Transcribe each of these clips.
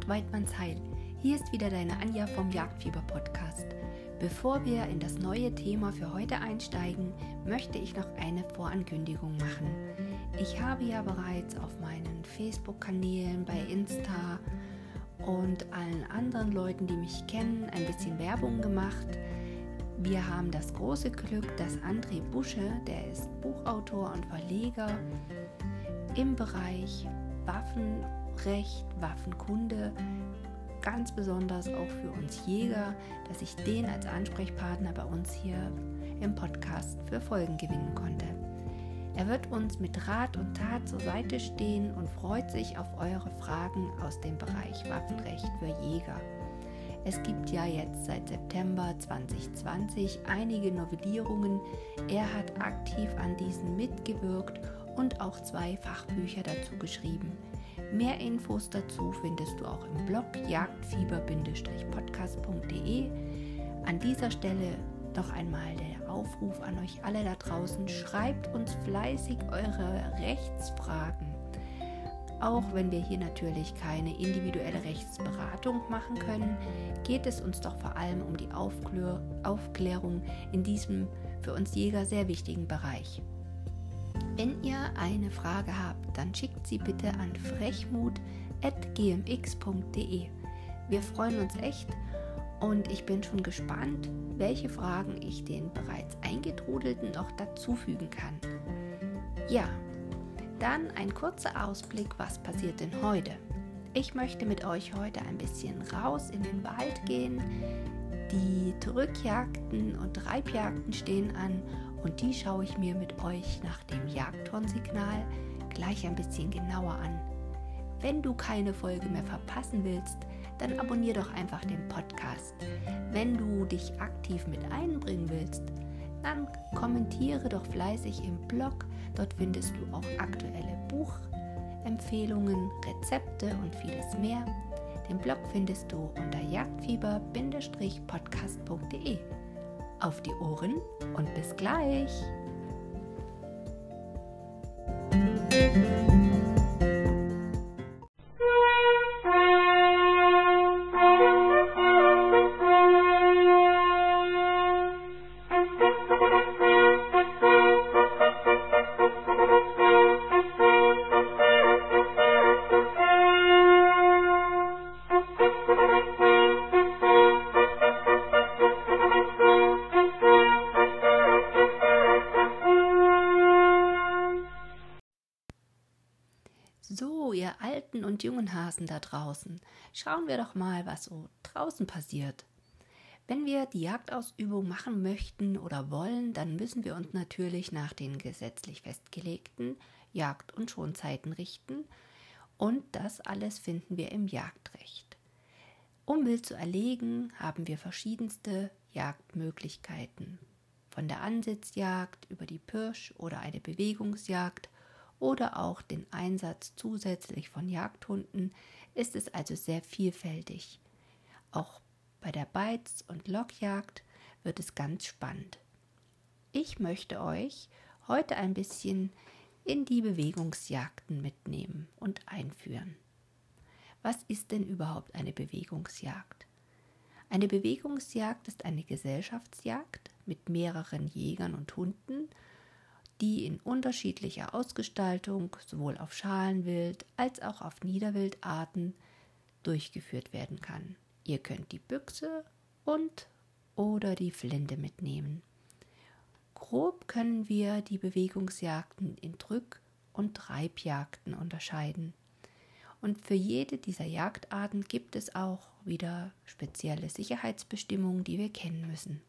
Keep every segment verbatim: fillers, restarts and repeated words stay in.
Tag, Weidmannsheil. Hier ist wieder deine Anja vom Jagdfieber-Podcast. Bevor wir in das neue Thema für heute einsteigen, möchte ich noch eine Vorankündigung machen. Ich habe ja bereits auf meinen Facebook-Kanälen, bei Insta und allen anderen Leuten, die mich kennen, ein bisschen Werbung gemacht. Wir haben das große Glück, dass André Busche, der ist Buchautor und Verleger, im Bereich Waffenrecht, Waffenkunde, ganz besonders auch für uns Jäger, dass ich den als Ansprechpartner bei uns hier im Podcast für Folgen gewinnen konnte. Er wird uns mit Rat und Tat zur Seite stehen und freut sich auf eure Fragen aus dem Bereich Waffenrecht für Jäger. Es gibt ja jetzt seit September zwanzig zwanzig einige Novellierungen. Er hat aktiv an diesen mitgewirkt und auch zwei Fachbücher dazu geschrieben. Mehr Infos dazu findest du auch im Blog jagdfieber Podcast punkt de. An dieser Stelle noch einmal der Aufruf an euch alle da draußen: Schreibt uns fleißig eure Rechtsfragen. Auch wenn wir hier natürlich keine individuelle Rechtsberatung machen können, geht es uns doch vor allem um die Aufklär- Aufklärung in diesem für uns Jäger sehr wichtigen Bereich. Wenn ihr eine Frage habt, dann schickt sie bitte an frechmut at g m x punkt de. Wir freuen uns echt und ich bin schon gespannt, welche Fragen ich den bereits eingetrudelten noch dazufügen kann. Ja, dann ein kurzer Ausblick, was passiert denn heute? Ich möchte mit euch heute ein bisschen raus in den Wald gehen. Die Drückjagden und Treibjagden stehen an und die schaue ich mir mit euch nach dem Jagdhornsignal gleich ein bisschen genauer an. Wenn du keine Folge mehr verpassen willst, dann abonnier doch einfach den Podcast. Wenn du dich aktiv mit einbringen willst, dann kommentiere doch fleißig im Blog. Dort findest du auch aktuelle Buchempfehlungen, Rezepte und vieles mehr. Den Blog findest du unter jagdfieber Podcast punkt de. Auf die Ohren und bis gleich! So, ihr alten und jungen Hasen da draußen, schauen wir doch mal, was so draußen passiert. Wenn wir die Jagdausübung machen möchten oder wollen, dann müssen wir uns natürlich nach den gesetzlich festgelegten Jagd- und Schonzeiten richten und das alles finden wir im Jagdrecht. Um Wild zu erlegen, haben wir verschiedenste Jagdmöglichkeiten. Von der Ansitzjagd über die Pirsch oder eine Bewegungsjagd oder auch den Einsatz zusätzlich von Jagdhunden ist es also sehr vielfältig. Auch bei der Beiz- und Lockjagd wird es ganz spannend. Ich möchte euch heute ein bisschen in die Bewegungsjagden mitnehmen und einführen. Was ist denn überhaupt eine Bewegungsjagd? Eine Bewegungsjagd ist eine Gesellschaftsjagd mit mehreren Jägern und Hunden, die in unterschiedlicher Ausgestaltung sowohl auf Schalenwild als auch auf Niederwildarten durchgeführt werden kann. Ihr könnt die Büchse und oder die Flinte mitnehmen. Grob können wir die Bewegungsjagden in Drück- und Treibjagden unterscheiden. Und für jede dieser Jagdarten gibt es auch wieder spezielle Sicherheitsbestimmungen, die wir kennen müssen.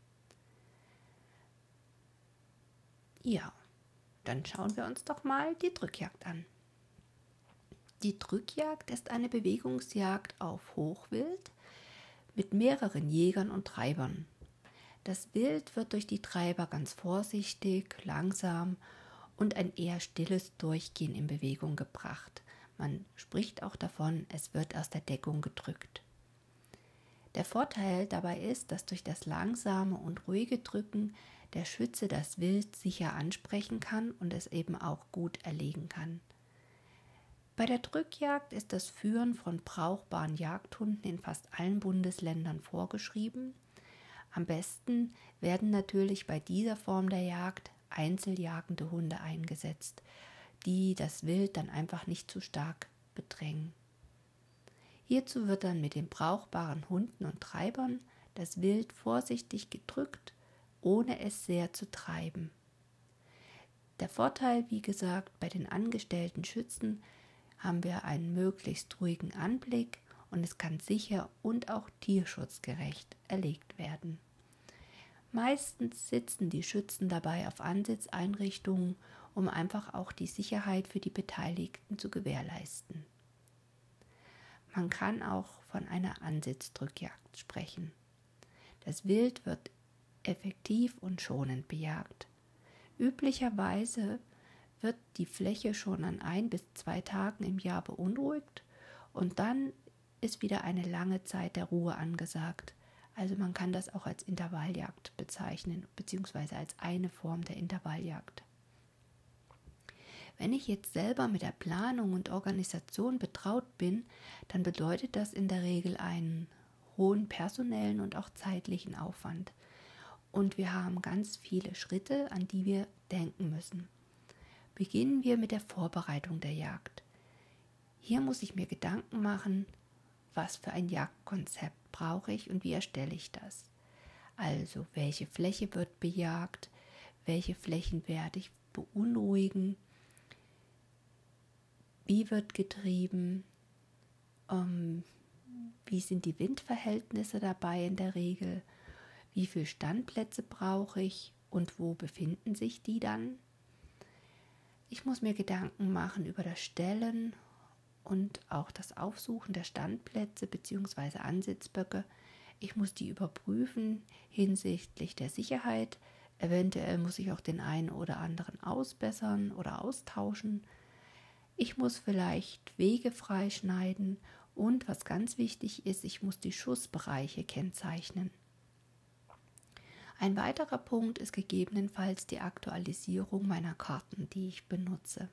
Ja, dann schauen wir uns doch mal die Drückjagd an. Die Drückjagd ist eine Bewegungsjagd auf Hochwild mit mehreren Jägern und Treibern. Das Wild wird durch die Treiber ganz vorsichtig, langsam und ein eher stilles Durchgehen in Bewegung gebracht. Man spricht auch davon, es wird aus der Deckung gedrückt. Der Vorteil dabei ist, dass durch das langsame und ruhige Drücken der Schütze das Wild sicher ansprechen kann und es eben auch gut erlegen kann. Bei der Drückjagd ist das Führen von brauchbaren Jagdhunden in fast allen Bundesländern vorgeschrieben. Am besten werden natürlich bei dieser Form der Jagd einzeljagende Hunde eingesetzt, die das Wild dann einfach nicht zu stark bedrängen. Hierzu wird dann mit den brauchbaren Hunden und Treibern das Wild vorsichtig gedrückt, ohne es sehr zu treiben. Der Vorteil, wie gesagt, bei den angestellten Schützen haben wir einen möglichst ruhigen Anblick und es kann sicher und auch tierschutzgerecht erlegt werden. Meistens sitzen die Schützen dabei auf Ansitzeinrichtungen, um einfach auch die Sicherheit für die Beteiligten zu gewährleisten. Man kann auch von einer Ansitzdrückjagd sprechen. Das Wild wird effektiv und schonend bejagt. Üblicherweise wird die Fläche schon an ein bis zwei Tagen im Jahr beunruhigt und dann ist wieder eine lange Zeit der Ruhe angesagt. Also man kann das auch als Intervalljagd bezeichnen, beziehungsweise als eine Form der Intervalljagd. Wenn ich jetzt selber mit der Planung und Organisation betraut bin, dann bedeutet das in der Regel einen hohen personellen und auch zeitlichen Aufwand. Und wir haben ganz viele Schritte, an die wir denken müssen. Beginnen wir mit der Vorbereitung der Jagd. Hier muss ich mir Gedanken machen, was für ein Jagdkonzept brauche ich und wie erstelle ich das. Also, welche Fläche wird bejagt, welche Flächen werde ich beunruhigen, wie wird getrieben, ähm, wie sind die Windverhältnisse dabei in der Regel, wie viele Standplätze brauche ich und wo befinden sich die dann. Ich muss mir Gedanken machen über das Stellen und auch das Aufsuchen der Standplätze bzw. Ansitzböcke. Ich muss die überprüfen hinsichtlich der Sicherheit. Eventuell muss ich auch den einen oder anderen ausbessern oder austauschen. Ich muss vielleicht Wege freischneiden und was ganz wichtig ist, ich muss die Schussbereiche kennzeichnen. Ein weiterer Punkt ist gegebenenfalls die Aktualisierung meiner Karten, die ich benutze.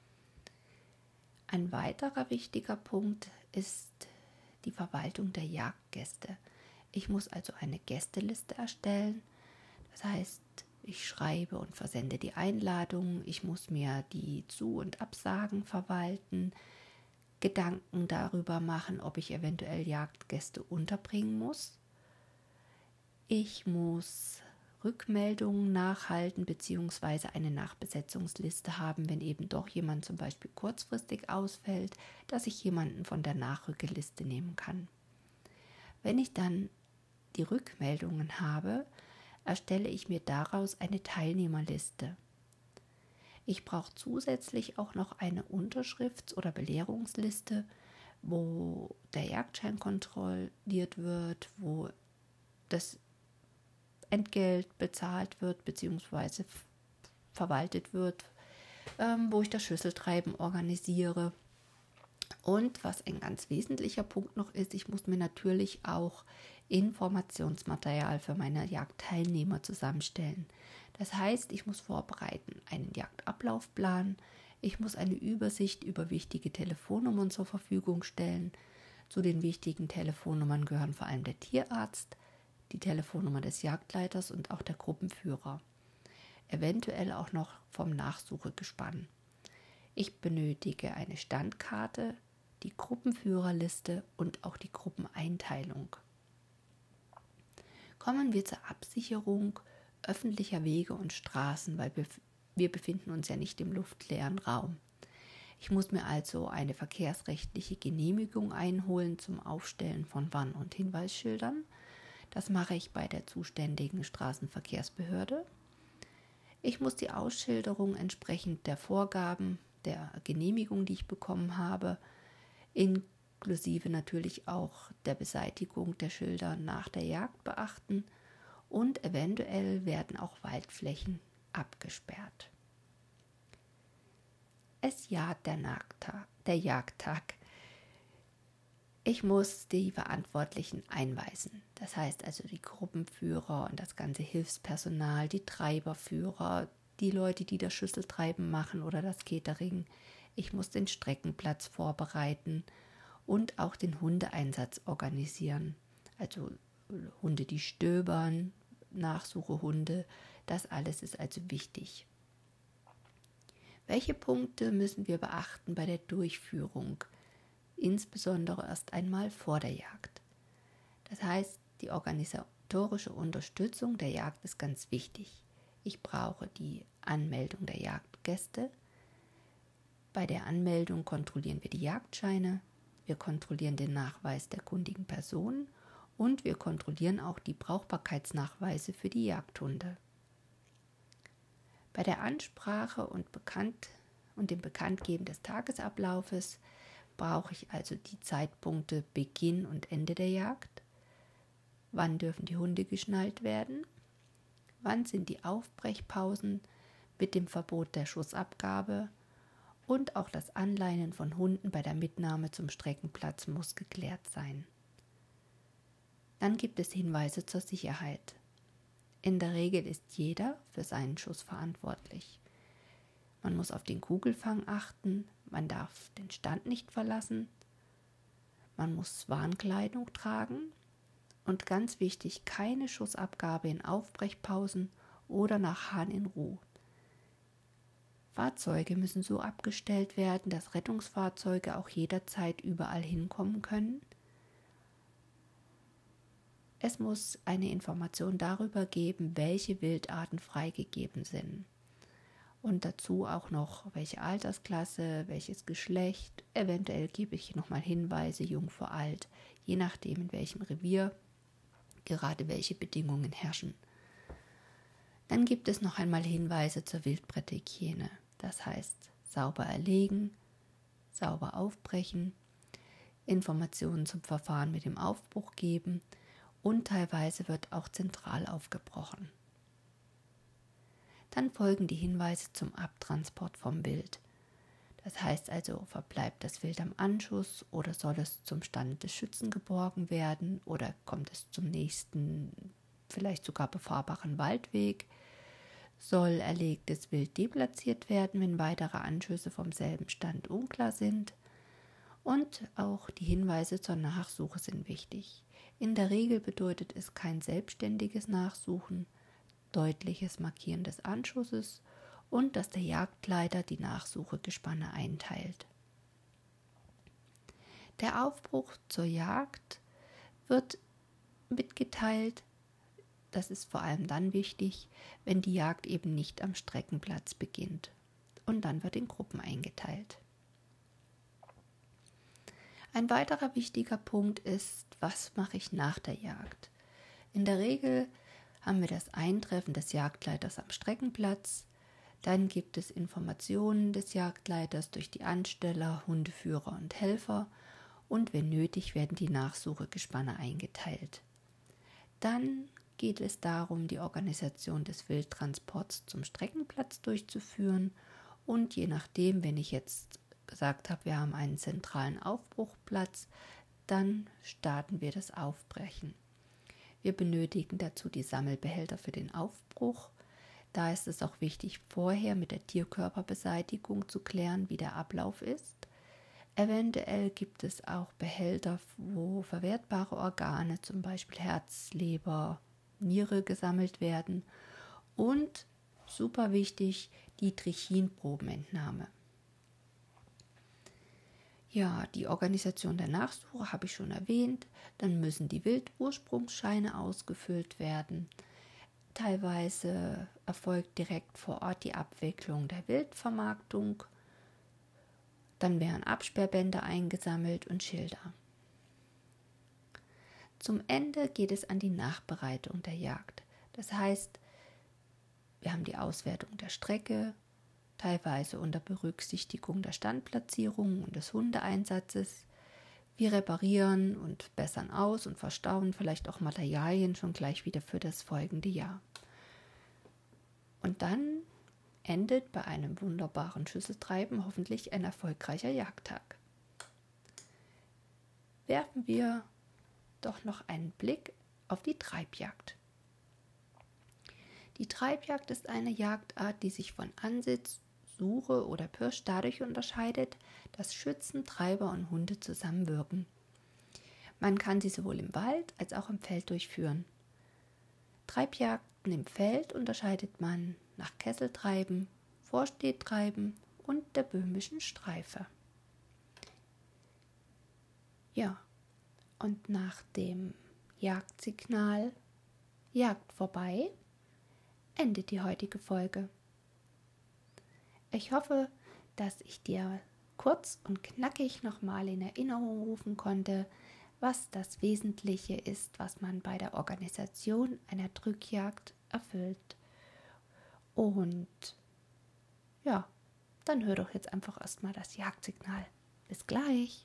Ein weiterer wichtiger Punkt ist die Verwaltung der Jagdgäste. Ich muss also eine Gästeliste erstellen. Das heißt, ich schreibe und versende die Einladungen, ich muss mir die Zu- und Absagen verwalten, Gedanken darüber machen, ob ich eventuell Jagdgäste unterbringen muss. Ich muss Rückmeldungen nachhalten bzw. eine Nachbesetzungsliste haben, wenn eben doch jemand zum Beispiel kurzfristig ausfällt, dass ich jemanden von der Nachrückeliste nehmen kann. Wenn ich dann die Rückmeldungen habe, erstelle ich mir daraus eine Teilnehmerliste. Ich brauche zusätzlich auch noch eine Unterschrifts- oder Belehrungsliste, wo der Jagdschein kontrolliert wird, wo das Entgelt bezahlt wird bzw. verwaltet wird, ähm, wo ich das Schüsseltreiben organisiere. Und was ein ganz wesentlicher Punkt noch ist, ich muss mir natürlich auch Informationsmaterial für meine Jagdteilnehmer zusammenstellen. Das heißt, ich muss vorbereiten einen Jagdablaufplan, ich muss eine Übersicht über wichtige Telefonnummern zur Verfügung stellen. Zu den wichtigen Telefonnummern gehören vor allem der Tierarzt, die Telefonnummer des Jagdleiters und auch der Gruppenführer. Eventuell auch noch vom Nachsuchegespann. Ich benötige eine Standkarte, die Gruppenführerliste und auch die Gruppeneinteilung. Kommen wir zur Absicherung öffentlicher Wege und Straßen, weil wir, wir befinden uns ja nicht im luftleeren Raum. Ich muss mir also eine verkehrsrechtliche Genehmigung einholen zum Aufstellen von Warn- und Hinweisschildern. Das mache ich bei der zuständigen Straßenverkehrsbehörde. Ich muss die Ausschilderung entsprechend der Vorgaben der Genehmigung, die ich bekommen habe, inklusive natürlich auch der Beseitigung der Schilder nach der Jagd beachten und eventuell werden auch Waldflächen abgesperrt. Es jagt der, Nagtag, der Jagdtag. Ich muss die Verantwortlichen einweisen. Das heißt also die Gruppenführer und das ganze Hilfspersonal, die Treiberführer, die Leute, die das Schüsseltreiben machen oder das Catering. Ich muss den Streckenplatz vorbereiten und auch den Hundeeinsatz organisieren. Also Hunde, die stöbern, Nachsuchehunde, das alles ist also wichtig. Welche Punkte müssen wir beachten bei der Durchführung, insbesondere erst einmal vor der Jagd? Das heißt, die organisatorische Unterstützung der Jagd ist ganz wichtig. Ich brauche die Anmeldung der Jagdgäste. Bei der Anmeldung kontrollieren wir die Jagdscheine, wir kontrollieren den Nachweis der kundigen Personen und wir kontrollieren auch die Brauchbarkeitsnachweise für die Jagdhunde. Bei der Ansprache und, Bekannt- und dem Bekanntgeben des Tagesablaufes brauche ich also die Zeitpunkte Beginn und Ende der Jagd. Wann dürfen die Hunde geschnallt werden? Wann sind die Aufbrechpausen mit dem Verbot der Schussabgabe? Und auch das Anleinen von Hunden bei der Mitnahme zum Streckenplatz muss geklärt sein. Dann gibt es Hinweise zur Sicherheit. In der Regel ist jeder für seinen Schuss verantwortlich. Man muss auf den Kugelfang achten, man darf den Stand nicht verlassen, man muss Warnkleidung tragen und ganz wichtig, keine Schussabgabe in Aufbrechpausen oder nach Hahn in Ruhe. Fahrzeuge müssen so abgestellt werden, dass Rettungsfahrzeuge auch jederzeit überall hinkommen können. Es muss eine Information darüber geben, welche Wildarten freigegeben sind. Und dazu auch noch, welche Altersklasse, welches Geschlecht. Eventuell gebe ich nochmal Hinweise, jung vor alt, je nachdem, in welchem Revier gerade welche Bedingungen herrschen. Dann gibt es noch einmal Hinweise zur Wildbretthygiene. Das heißt, sauber erlegen, sauber aufbrechen, Informationen zum Verfahren mit dem Aufbruch geben und teilweise wird auch zentral aufgebrochen. Dann folgen die Hinweise zum Abtransport vom Wild. Das heißt also, verbleibt das Wild am Anschuss oder soll es zum Stand des Schützen geborgen werden oder kommt es zum nächsten, vielleicht sogar befahrbaren Waldweg? Soll erlegtes Wild deplatziert werden, wenn weitere Anschüsse vom selben Stand unklar sind? Und auch die Hinweise zur Nachsuche sind wichtig. In der Regel bedeutet es kein selbstständiges Nachsuchen, deutliches Markieren des Anschusses und dass der Jagdleiter die Nachsuchegespanne einteilt. Der Aufbruch zur Jagd wird mitgeteilt. Das ist vor allem dann wichtig, wenn die Jagd eben nicht am Streckenplatz beginnt. Und dann wird in Gruppen eingeteilt. Ein weiterer wichtiger Punkt ist, was mache ich nach der Jagd? In der Regel haben wir das Eintreffen des Jagdleiters am Streckenplatz. Dann gibt es Informationen des Jagdleiters durch die Ansteller, Hundeführer und Helfer. Und wenn nötig, werden die Nachsuchegespanne eingeteilt. Dann geht es darum, die Organisation des Wildtransports zum Streckenplatz durchzuführen. Und je nachdem, wenn ich jetzt gesagt habe, wir haben einen zentralen Aufbruchplatz, dann starten wir das Aufbrechen. Wir benötigen dazu die Sammelbehälter für den Aufbruch. Da ist es auch wichtig, vorher mit der Tierkörperbeseitigung zu klären, wie der Ablauf ist. Eventuell gibt es auch Behälter, wo verwertbare Organe, zum Beispiel Herz, Leber, Niere gesammelt werden. Und super wichtig, die Trichinprobenentnahme. Ja, die Organisation der Nachsuche habe ich schon erwähnt. Dann müssen die Wildursprungsscheine ausgefüllt werden. Teilweise erfolgt direkt vor Ort die Abwicklung der Wildvermarktung. Dann werden Absperrbänder eingesammelt und Schilder. Zum Ende geht es an die Nachbereitung der Jagd. Das heißt, wir haben die Auswertung der Strecke, teilweise unter Berücksichtigung der Standplatzierung und des Hundeeinsatzes. Wir reparieren und bessern aus und verstauen vielleicht auch Materialien schon gleich wieder für das folgende Jahr. Und dann endet bei einem wunderbaren Schüsseltreiben hoffentlich ein erfolgreicher Jagdtag. Werfen wir doch noch einen Blick auf die Treibjagd. Die Treibjagd ist eine Jagdart, die sich von Ansitz Suche oder Pirsch dadurch unterscheidet, dass Schützen, Treiber und Hunde zusammenwirken. Man kann sie sowohl im Wald als auch im Feld durchführen. Treibjagden im Feld unterscheidet man nach Kesseltreiben, Vorstehtreiben und der böhmischen Streife. Ja, und nach dem Jagdsignal Jagd vorbei endet die heutige Folge. Ich hoffe, dass ich dir kurz und knackig nochmal in Erinnerung rufen konnte, was das Wesentliche ist, was man bei der Organisation einer Drückjagd erfüllt. Und ja, dann hör doch jetzt einfach erstmal das Jagdsignal. Bis gleich!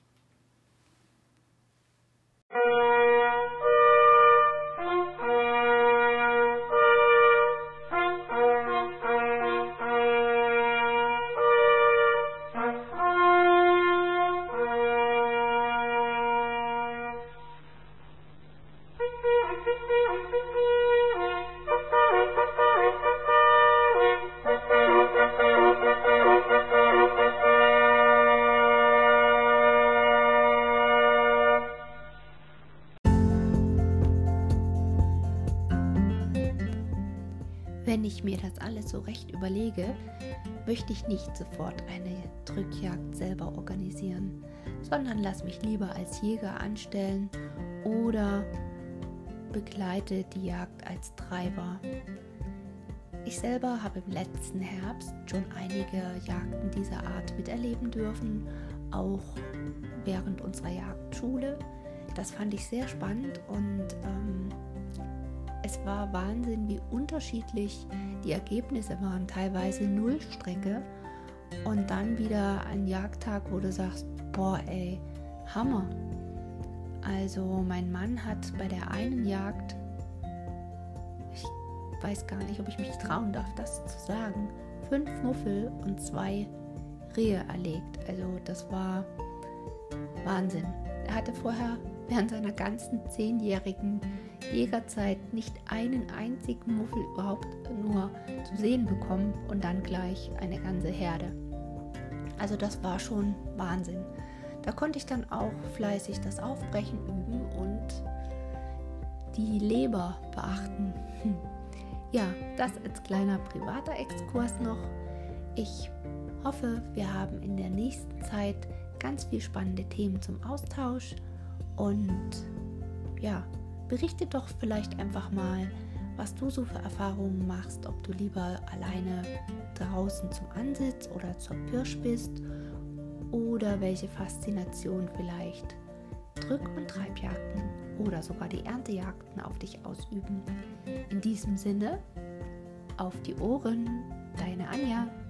Wenn ich mir das alles so recht überlege, möchte ich nicht sofort eine Drückjagd selber organisieren, sondern lass mich lieber als Jäger anstellen oder begleite die Jagd als Treiber. Ich selber habe im letzten Herbst schon einige Jagden dieser Art miterleben dürfen, auch während unserer Jagdschule. Das fand ich sehr spannend und ähm, es war Wahnsinn, wie unterschiedlich die Ergebnisse waren. Teilweise Nullstrecke und dann wieder ein Jagdtag, wo du sagst, boah ey, Hammer. Also mein Mann hat bei der einen Jagd, ich weiß gar nicht, ob ich mich trauen darf, das zu sagen, fünf Muffel und zwei Rehe erlegt. Also das war Wahnsinn. Er hatte vorher während seiner ganzen zehnjährigen Jägerzeit nicht einen einzigen Muffel überhaupt nur zu sehen bekommen und dann gleich eine ganze Herde. Also das war schon Wahnsinn. Da konnte ich dann auch fleißig das Aufbrechen üben und die Leber beachten. Hm. Ja, das als kleiner privater Exkurs noch. Ich hoffe, wir haben in der nächsten Zeit ganz viel spannende Themen zum Austausch und ja, berichte doch vielleicht einfach mal, was du so für Erfahrungen machst, ob du lieber alleine draußen zum Ansitz oder zur Pirsch bist oder welche Faszination vielleicht Drück- und Treibjagden oder sogar die Erntejagden auf dich ausüben. In diesem Sinne, auf die Ohren, deine Anja.